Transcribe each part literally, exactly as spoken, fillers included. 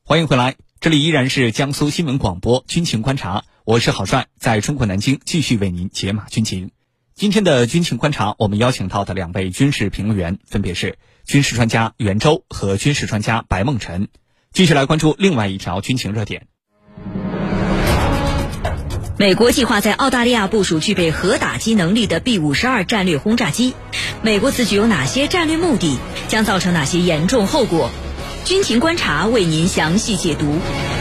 欢迎回来，这里依然是江苏新闻广播军情观察，我是郝帅，在中国南京继续为您解码军情。今天的军情观察，我们邀请到的两位军事评论员分别是军事专家袁周和军事专家白梦辰。继续来关注另外一条军情热点。 美国计划在澳大利亚部署具备核打击能力的 B 五十二 战略轰炸机，美国此举有哪些战略目的？将造成哪些严重后果？军情观察为您详细解读。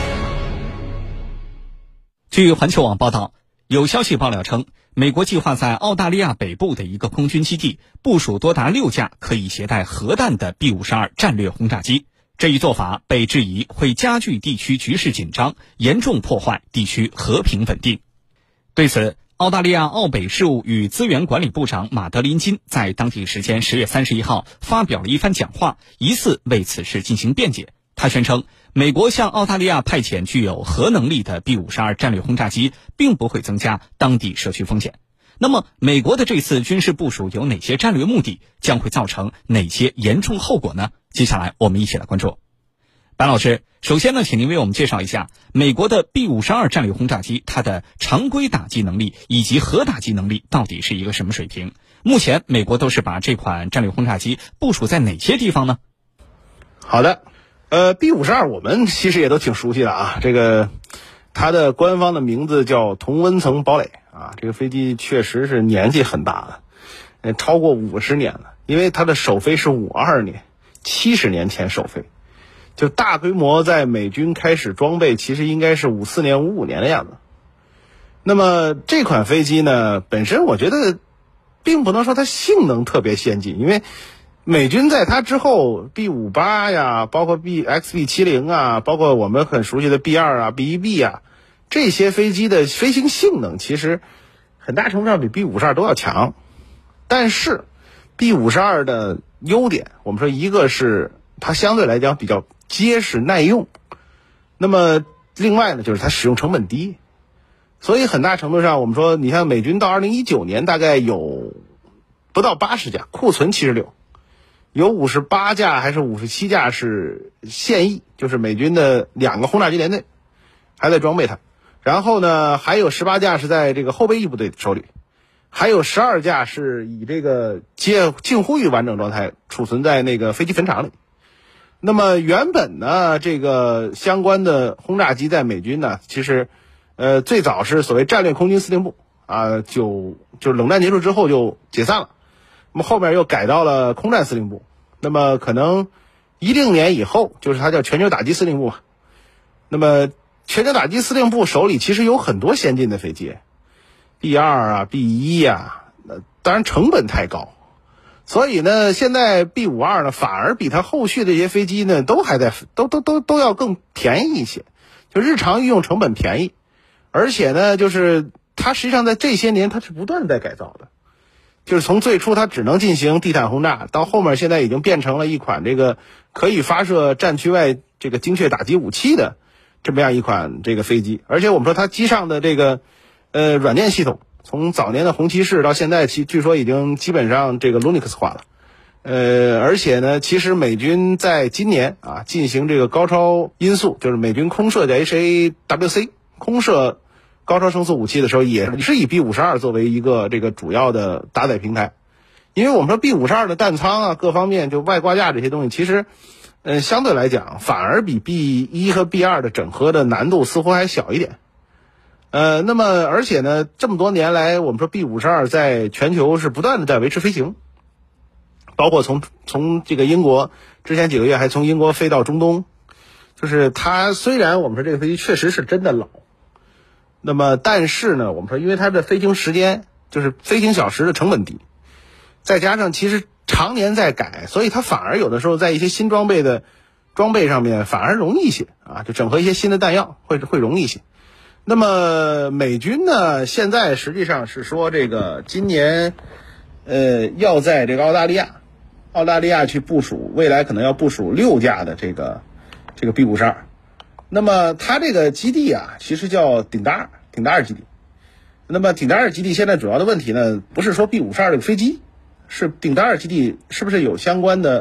据环球网报道，有消息爆料称，美国计划在澳大利亚北部的一个空军基地部署多达六架可以携带核弹的 B 五十二 战略轰炸机。这一做法被质疑会加剧地区局势紧张，严重破坏地区和平稳定。对此，澳大利亚澳北事务与资源管理部长马德林金在当地时间十月三十一号发表了一番讲话，疑似为此事进行辩解。他宣称，美国向澳大利亚派遣具有核能力的 B 五十二 战略轰炸机，并不会增加当地社区风险。那么，美国的这次军事部署有哪些战略目的？将会造成哪些严重后果呢？接下来我们一起来关注。白老师，首先呢，请您为我们介绍一下美国的 B 五十二 战略轰炸机，它的常规打击能力以及核打击能力到底是一个什么水平？目前美国都是把这款战略轰炸机部署在哪些地方呢？ 好的，呃 B 五十二 我们其实也都挺熟悉的啊，这个它的官方的名字叫同温层堡垒啊，这个飞机确实是年纪很大了，呃超过五十年了，因为它的首飞是五二年，七十年前首飞。就大规模在美军开始装备，其实应该是五四年、五五年的样子。那么这款飞机呢，本身我觉得并不能说它性能特别先进，因为美军在它之后 B 五八 呀，包括 B X B 七十 啊，包括我们很熟悉的 B 二 啊、B 一 B 啊，这些飞机的飞行性能其实很大程度上比 B 五十二 都要强。但是 B 五十二 的优点，我们说一个是它相对来讲比较结实耐用，那么另外呢，就是它使用成本低，所以很大程度上我们说，你像美军到二零一九年大概有不到八十架，库存七十六，有五十八架还是五十七架是现役，就是美军的两个轰炸机连队还在装备它，然后呢还有十八架是在这个后备役部队手里，还有十二架是以这个接近乎于完整状态储存在那个飞机坟场里。那么原本呢，这个相关的轰炸机在美军呢，其实，呃，最早是所谓战略空军司令部啊，就就冷战结束之后就解散了。那么后面又改到了空战司令部。那么可能一零年以后，就是它叫全球打击司令部嘛。那么全球打击司令部手里其实有很多先进的飞机 ，B 二 啊、B 一 啊，当然成本太高。所以呢，现在 B 五十二 呢，反而比它后续这些飞机呢，都还在都都都都要更便宜一些，就日常运用成本便宜，而且呢，就是它实际上在这些年它是不断在改造的，就是从最初它只能进行地毯轰炸，到后面现在已经变成了一款这个可以发射战区外这个精确打击武器的这么样一款这个飞机，而且我们说它机上的这个呃软件系统。从早年的红骑士到现在，其据说已经基本上这个 Linux 化了，呃，而且呢，其实美军在今年啊进行这个高超音速，就是美军空射的 H A W C 空射高超声速武器的时候，也是以 B 五十二 作为一个这个主要的搭载平台，因为我们说 B 五十二 的弹仓啊，各方面就外挂架这些东西，其实，呃，相对来讲反而比 B 一 和 B 二 的整合的难度似乎还小一点。呃，那么而且呢，这么多年来，我们说 B 五十二 在全球是不断的在维持飞行，包括从从这个英国之前几个月还从英国飞到中东，就是它虽然我们说这个飞机确实是真的老，那么但是呢，我们说因为它的飞行时间就是飞行小时的成本低，再加上其实常年在改，所以它反而有的时候在一些新装备的装备上面反而容易一些啊，就整合一些新的弹药会会容易一些。那么美军呢，现在实际上是说这个今年，呃，要在这个澳大利亚，澳大利亚去部署，未来可能要部署六架的这个这个 B 五十二。那么它这个基地啊，其实叫顶达尔，顶达尔基地。那么顶达尔基地现在主要的问题呢，不是说 B 五十二 这个飞机，是顶达尔基地是不是有相关的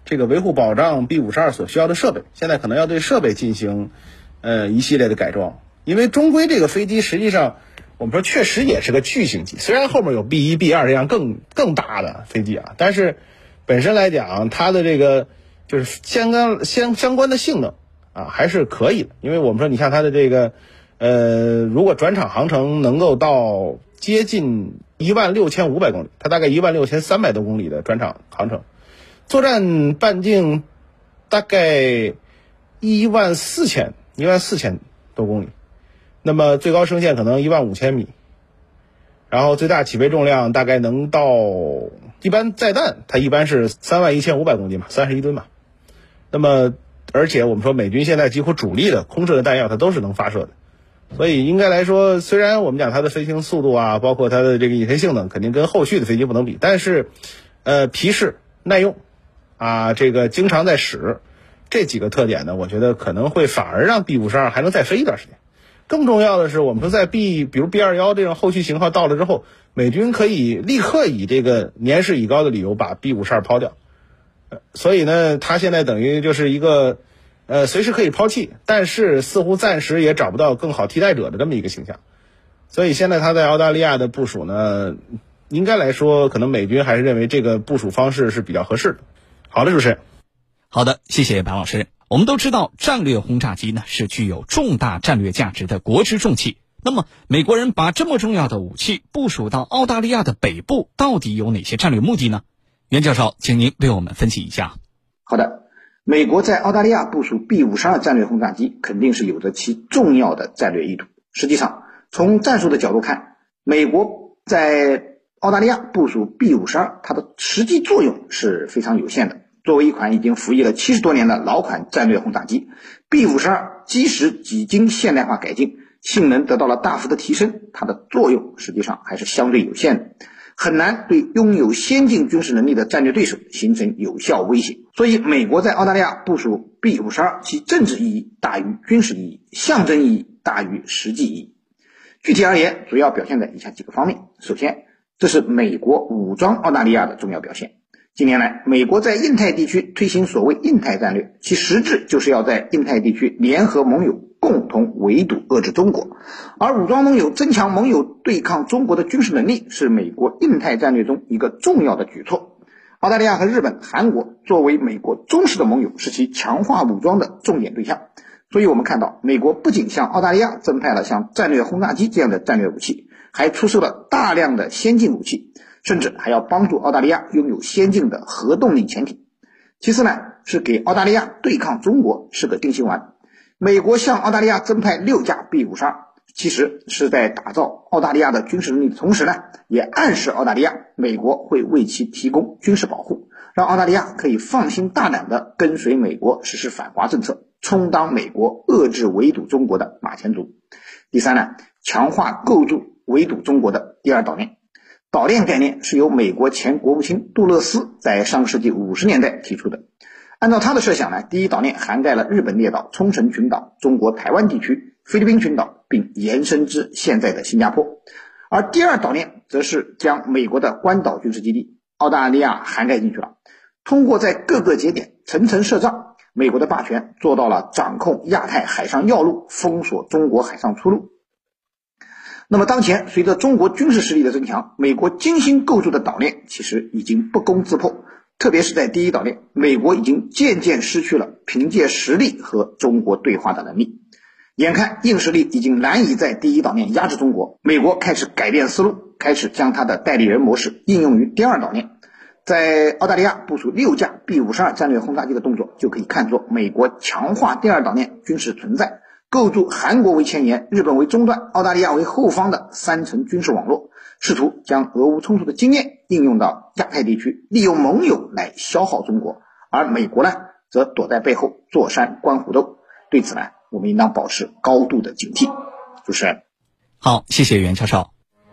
这个维护保障 B 五十二所需要的设备，现在可能要对设备进行呃一系列的改装，因为终归这个飞机实际上我们说确实也是个巨型机，虽然后面有 B 一 B 二 这样更更大的飞机啊，但是本身来讲它的这个就是相关相相关的性能啊还是可以的，因为我们说你像它的这个呃如果转场航程能够到接近一万六千五百公里，它大概一万六千三百多公里的转场航程，作战半径大概一万四千一万四千多公里，那么最高升限可能一万五千米，然后最大起飞重量大概能到，一般载弹它一般是三万一千五百公斤嘛，三十一吨嘛。那么而且我们说美军现在几乎主力的空射的弹药它都是能发射的，所以应该来说，虽然我们讲它的飞行速度啊，包括它的这个引飞性能肯定跟后续的飞机不能比，但是呃皮实耐用啊，这个经常在使这几个特点呢，我觉得可能会反而让 B 五十二还能再飞一段时间。更重要的是，我们说在 B 比如 B 二十一 这种后续型号到了之后，美军可以立刻以这个年事已高的理由把 B 五十二抛掉，呃、所以呢它现在等于就是一个呃随时可以抛弃，但是似乎暂时也找不到更好替代者的这么一个形象。所以现在它在澳大利亚的部署呢，应该来说可能美军还是认为这个部署方式是比较合适的。好的，主持人。 好的，谢谢白老师。我们都知道战略轰炸机呢是具有重大战略价值的国之重器，那么美国人把这么重要的武器部署到澳大利亚的北部，到底有哪些战略目的呢？袁教授，请您为我们分析一下。 好的，美国在澳大利亚部署 B 五十二 战略轰炸机肯定是有着其重要的战略意图。实际上从战术的角度看，美国在澳大利亚部署 B 五十二 它的实际作用是非常有限的。作为一款已经服役了七十多年的老款战略轰炸机， B 五十二 即使几经现代化改进，性能得到了大幅的提升，它的作用实际上还是相对有限的，很难对拥有先进军事能力的战略对手形成有效威胁。所以美国在澳大利亚部署 B 五十二 其政治意义大于军事意义，象征意义大于实际意义。具体而言，主要表现在以下几个方面。首先，这是美国武装澳大利亚的重要表现。近年来，美国在印太地区推行所谓印太战略，其实质就是要在印太地区联合盟友，共同围堵遏制中国。而武装盟友增强盟友对抗中国的军事能力，是美国印太战略中一个重要的举措。澳大利亚和日本、韩国作为美国忠实的盟友，是其强化武装的重点对象。所以我们看到，美国不仅向澳大利亚增派了像战略轰炸机这样的战略武器，还出售了大量的先进武器，甚至还要帮助澳大利亚拥有先进的核动力潜艇。其次呢，是给澳大利亚对抗中国是个定心丸。美国向澳大利亚增派六架 B 五十二， 其实是在打造澳大利亚的军事能力的同时呢，也暗示澳大利亚美国会为其提供军事保护，让澳大利亚可以放心大胆地跟随美国实施反华政策，充当美国遏制围堵中国的马前卒。第三呢，强化构筑围堵中国的第二岛链。岛链概念是由美国前国务卿杜勒斯在上个世纪五十年代提出的。按照他的设想呢，第一岛链涵盖了日本列岛、冲绳群岛、中国台湾地区、菲律宾群岛，并延伸至现在的新加坡。而第二岛链则是将美国的关岛军事基地、澳大利亚涵盖进去了。通过在各个节点层层设障，美国的霸权做到了掌控亚太海上要路，封锁中国海上出路。那么当前随着中国军事实力的增强，美国精心构筑的岛链其实已经不攻自破，特别是在第一岛链，美国已经渐渐失去了凭借实力和中国对话的能力。眼看硬实力已经难以在第一岛链压制中国，美国开始改变思路，开始将它的代理人模式应用于第二岛链。在澳大利亚部署六架 B 五十二 战略轰炸机的动作，就可以看作美国强化第二岛链军事存在，构筑韩国为前沿、日本为中段、澳大利亚为后方的三层军事网络，试图将俄乌冲突的经验应用到亚太地区，利用盟友来消耗中国。而美国呢，则躲在背后坐山观虎斗。对此呢，我们应当保持高度的警惕。主持人， 好，谢谢袁教授。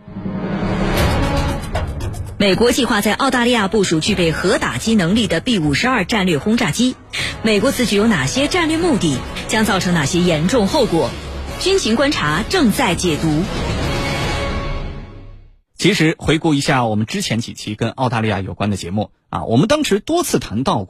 美国计划在澳大利亚部署具备核打击能力的 B 五十二 战略轰炸机，美国此举有哪些战略目的？将造成哪些严重后果？军情观察正在解读。 其实回顾一下我们之前几期跟澳大利亚有关的节目啊，我们当时多次谈到过，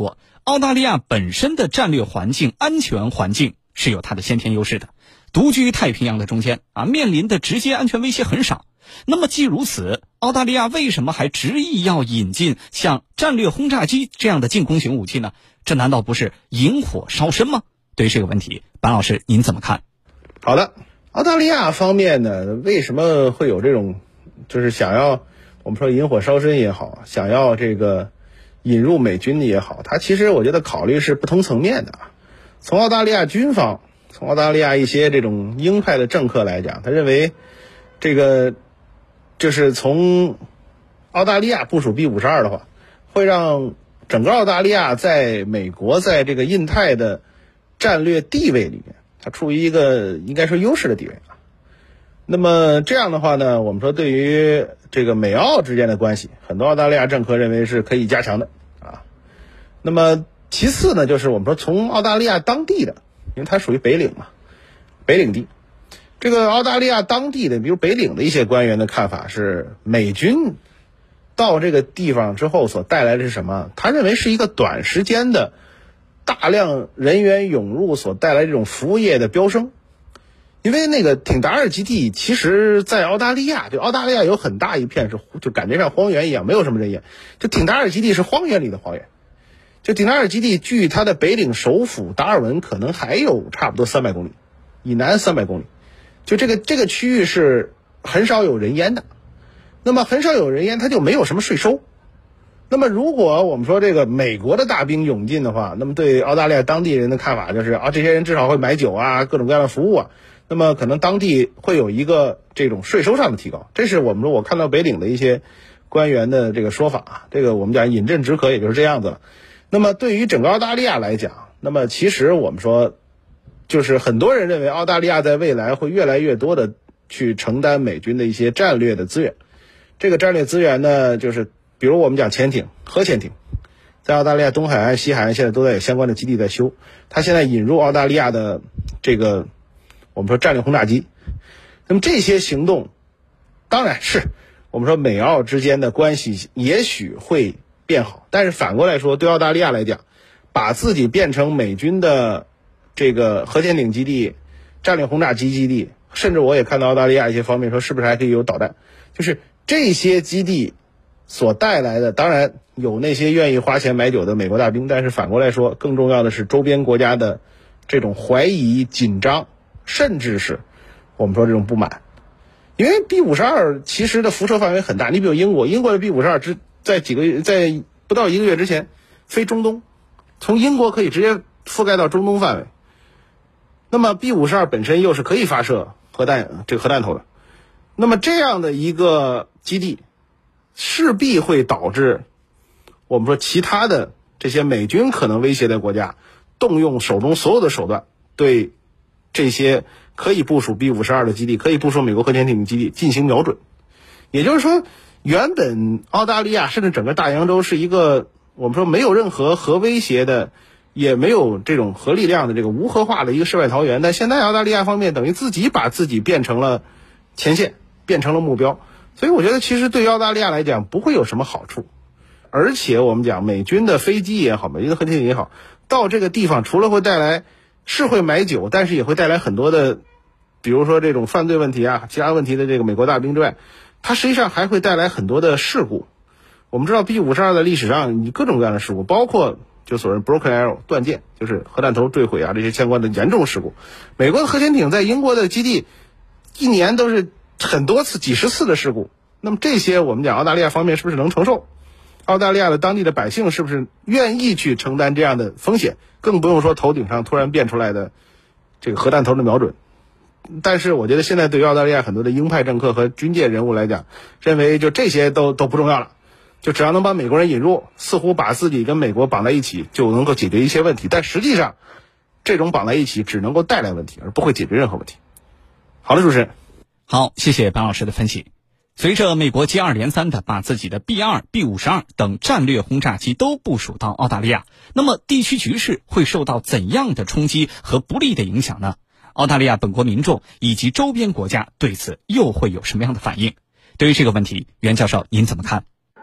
澳大利亚本身的战略环境、安全环境是有它的先天优势的，独居太平洋的中间啊，面临的直接安全威胁很少。那么既如此，澳大利亚为什么还执意要引进像战略轰炸机这样的进攻型武器呢？这难道不是引火烧身吗？对于这个问题，班老师您怎么看？ 好的，澳大利亚方面呢，为什么会有这种就是想要我们说引火烧身也好，想要这个引入美军也好，它其实我觉得考虑是不同层面的啊。从澳大利亚军方，从澳大利亚一些这种鹰派的政客来讲，他认为这个就是从澳大利亚部署 B 五十二 的话，会让整个澳大利亚在美国在这个印太的战略地位里面，它处于一个应该说优势的地位啊。那么这样的话呢，我们说对于这个美澳之间的关系，很多澳大利亚政客认为是可以加强的啊。那么其次呢，就是我们说从澳大利亚当地的，因为它属于北领嘛，北领地，这个澳大利亚当地的，比如北领的一些官员的看法是，美军到这个地方之后所带来的是什么？他认为是一个短时间的大量人员涌入所带来这种服务业的飙升。因为那个挺达尔基地，其实在澳大利亚，就澳大利亚有很大一片是就感觉像荒原一样，没有什么人烟。就挺达尔基地是荒原里的荒原。就挺达尔基地距它的北领首府达尔文可能还有差不多三百公里，以南三百公里。就这个这个区域是很少有人烟的。那么很少有人烟，它就没有什么税收。那么如果我们说这个美国的大兵涌进的话，那么对澳大利亚当地人的看法就是啊，这些人至少会买酒啊，各种各样的服务啊。那么可能当地会有一个这种税收上的提高，这是我们说我看到北领的一些官员的这个说法啊，这个我们讲饮鸩止渴，也就是这样子了。那么对于整个澳大利亚来讲，那么其实我们说，就是很多人认为澳大利亚在未来会越来越多的去承担美军的一些战略的资源。这个战略资源呢，就是比如我们讲潜艇、核潜艇，在澳大利亚东海岸、西海岸现在都在有相关的基地在修。它现在引入澳大利亚的这个我们说战略轰炸机，那么这些行动，当然是我们说美澳之间的关系也许会变好，但是反过来说，对澳大利亚来讲，把自己变成美军的这个核潜艇基地、战略轰炸机基地，甚至我也看到澳大利亚一些方面说，是不是还可以有导弹？就是这些基地所带来的，当然有那些愿意花钱买酒的美国大兵，但是反过来说，更重要的是周边国家的这种怀疑、紧张，甚至是我们说这种不满。因为 B 五十二 其实的辐射范围很大，你比如英国，英国的 B 五十二 之在几个月，在不到一个月之前飞中东，从英国可以直接覆盖到中东范围。那么 B 五十二 本身又是可以发射核弹这个核弹头的，那么这样的一个基地，势必会导致我们说其他的这些美军可能威胁的国家动用手中所有的手段，对这些可以部署 B 五十二 的基地，可以部署美国核潜艇基地进行瞄准。也就是说，原本澳大利亚甚至整个大洋洲是一个我们说没有任何核威胁的，也没有这种核力量的这个无核化的一个世外桃源，但现在澳大利亚方面等于自己把自己变成了前线，变成了目标。所以我觉得其实对于澳大利亚来讲不会有什么好处。而且我们讲美军的飞机也好，美军的核潜艇也好，到这个地方除了会带来是会买酒，但是也会带来很多的比如说这种犯罪问题啊，其他问题的这个美国大兵之外，它实际上还会带来很多的事故。我们知道 B 五十二 的历史上有各种各样的事故，包括就所谓 broken arrow 断箭，就是核弹头坠毁啊，这些相关的严重事故。美国的核潜艇在英国的基地一年都是很多次几十次的事故，那么这些我们讲澳大利亚方面是不是能承受？澳大利亚的当地的百姓是不是愿意去承担这样的风险？更不用说头顶上突然变出来的这个核弹头的瞄准。但是我觉得现在对于澳大利亚很多的鹰派政客和军界人物来讲，认为就这些都都不重要了，就只要能把美国人引入，似乎把自己跟美国绑在一起就能够解决一些问题。但实际上这种绑在一起只能够带来问题，而不会解决任何问题。好的，主持人。 好，谢谢班老师的分析。随着美国接二连三的把自己的 B 二、B 五十二 等战略轰炸机都部署到澳大利亚，那么地区局势会受到怎样的冲击和不利的影响呢？澳大利亚本国民众以及周边国家对此又会有什么样的反应？对于这个问题，袁教授您怎么看？ 好的。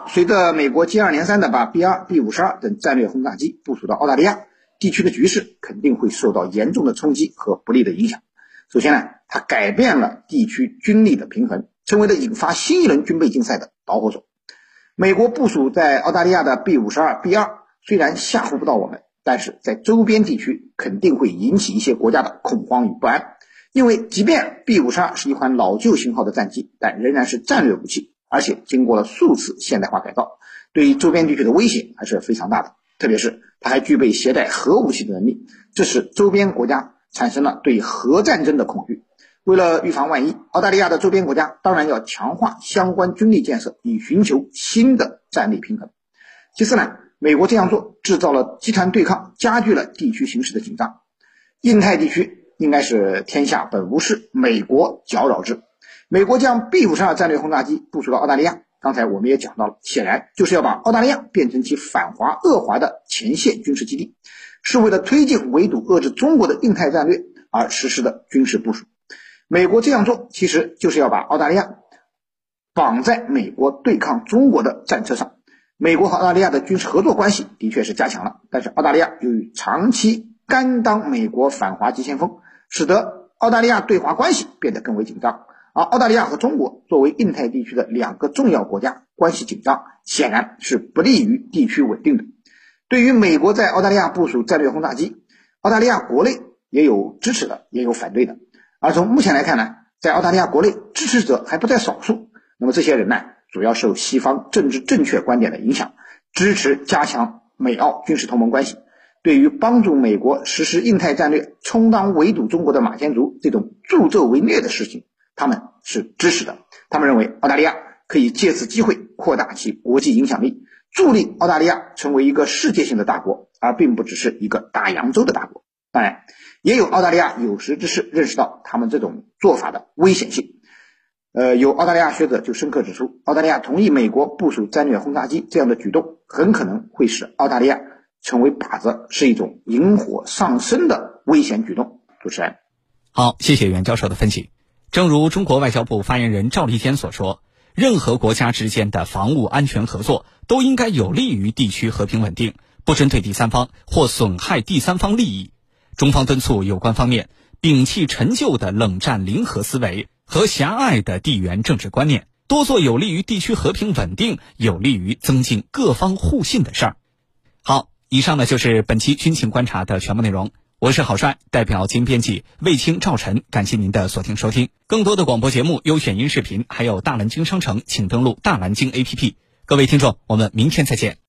随着美国接二连三的把 B 二、B 五十二等战略轰炸机部署到澳大利亚，地区的局势肯定会受到严重的冲击和不利的影响。首先呢，它改变了地区军力的平衡，成为了引发新一轮军备竞赛的导火索。美国部署在澳大利亚的 B 五十二、B 二虽然吓唬不到我们，但是在周边地区肯定会引起一些国家的恐慌与不安。因为即便 B 五十二是一款老旧型号的战机，但仍然是战略武器，而且经过了数次现代化改造，对于周边地区的威胁还是非常大的。特别是它还具备携带核武器的能力，这使周边国家产生了对核战争的恐惧。为了预防万一，澳大利亚的周边国家当然要强化相关军力建设，以寻求新的战力平衡。其次呢，美国这样做制造了集团对抗，加剧了地区形势的紧张。印太地区应该是天下本无事，美国搅扰之。美国将 B 五十二 战略轰炸机部署到澳大利亚，刚才我们也讲到了，显然就是要把澳大利亚变成其反华恶华的前线军事基地，是为了推进围堵遏制中国的印太战略而实施的军事部署。美国这样做其实就是要把澳大利亚绑在美国对抗中国的战车上。美国和澳大利亚的军事合作关系的确是加强了，但是澳大利亚由于长期甘当美国反华急先锋，使得澳大利亚对华关系变得更为紧张。而澳大利亚和中国作为印太地区的两个重要国家，关系紧张显然是不利于地区稳定的。对于美国在澳大利亚部署战略轰炸机，澳大利亚国内也有支持的，也有反对的。而从目前来看呢，在澳大利亚国内支持者还不在少数。那么这些人呢，主要受西方政治正确观点的影响，支持加强美澳军事同盟关系。对于帮助美国实施印太战略，充当围堵中国的马前卒这种助纣为虐的事情，他们是支持的。他们认为澳大利亚可以借此机会扩大其国际影响力，助力澳大利亚成为一个世界性的大国，而并不只是一个大洋洲的大国。当然，也有澳大利亚有识之士认识到他们这种做法的危险性。呃，有澳大利亚学者就深刻指出，澳大利亚同意美国部署战略轰炸机这样的举动，很可能会使澳大利亚成为靶子，是一种引火上身的危险举动。主持人， 好，谢谢袁教授的分析。正如中国外交部发言人赵立坚所说，任何国家之间的防务安全合作都应该有利于地区和平稳定，不针对第三方或损害第三方利益。中方敦促有关方面摒弃陈旧的冷战零和思维和狭隘的地缘政治观念，多做有利于地区和平稳定、有利于增进各方互信的事儿。好，以上呢就是本期军情观察的全部内容。我是郝帅，代表金编辑卫青、赵晨，感谢您的锁定收听。更多的广播节目、优选音视频，还有大蓝鲸商城，请登录大蓝鲸 A P P。各位听众，我们明天再见。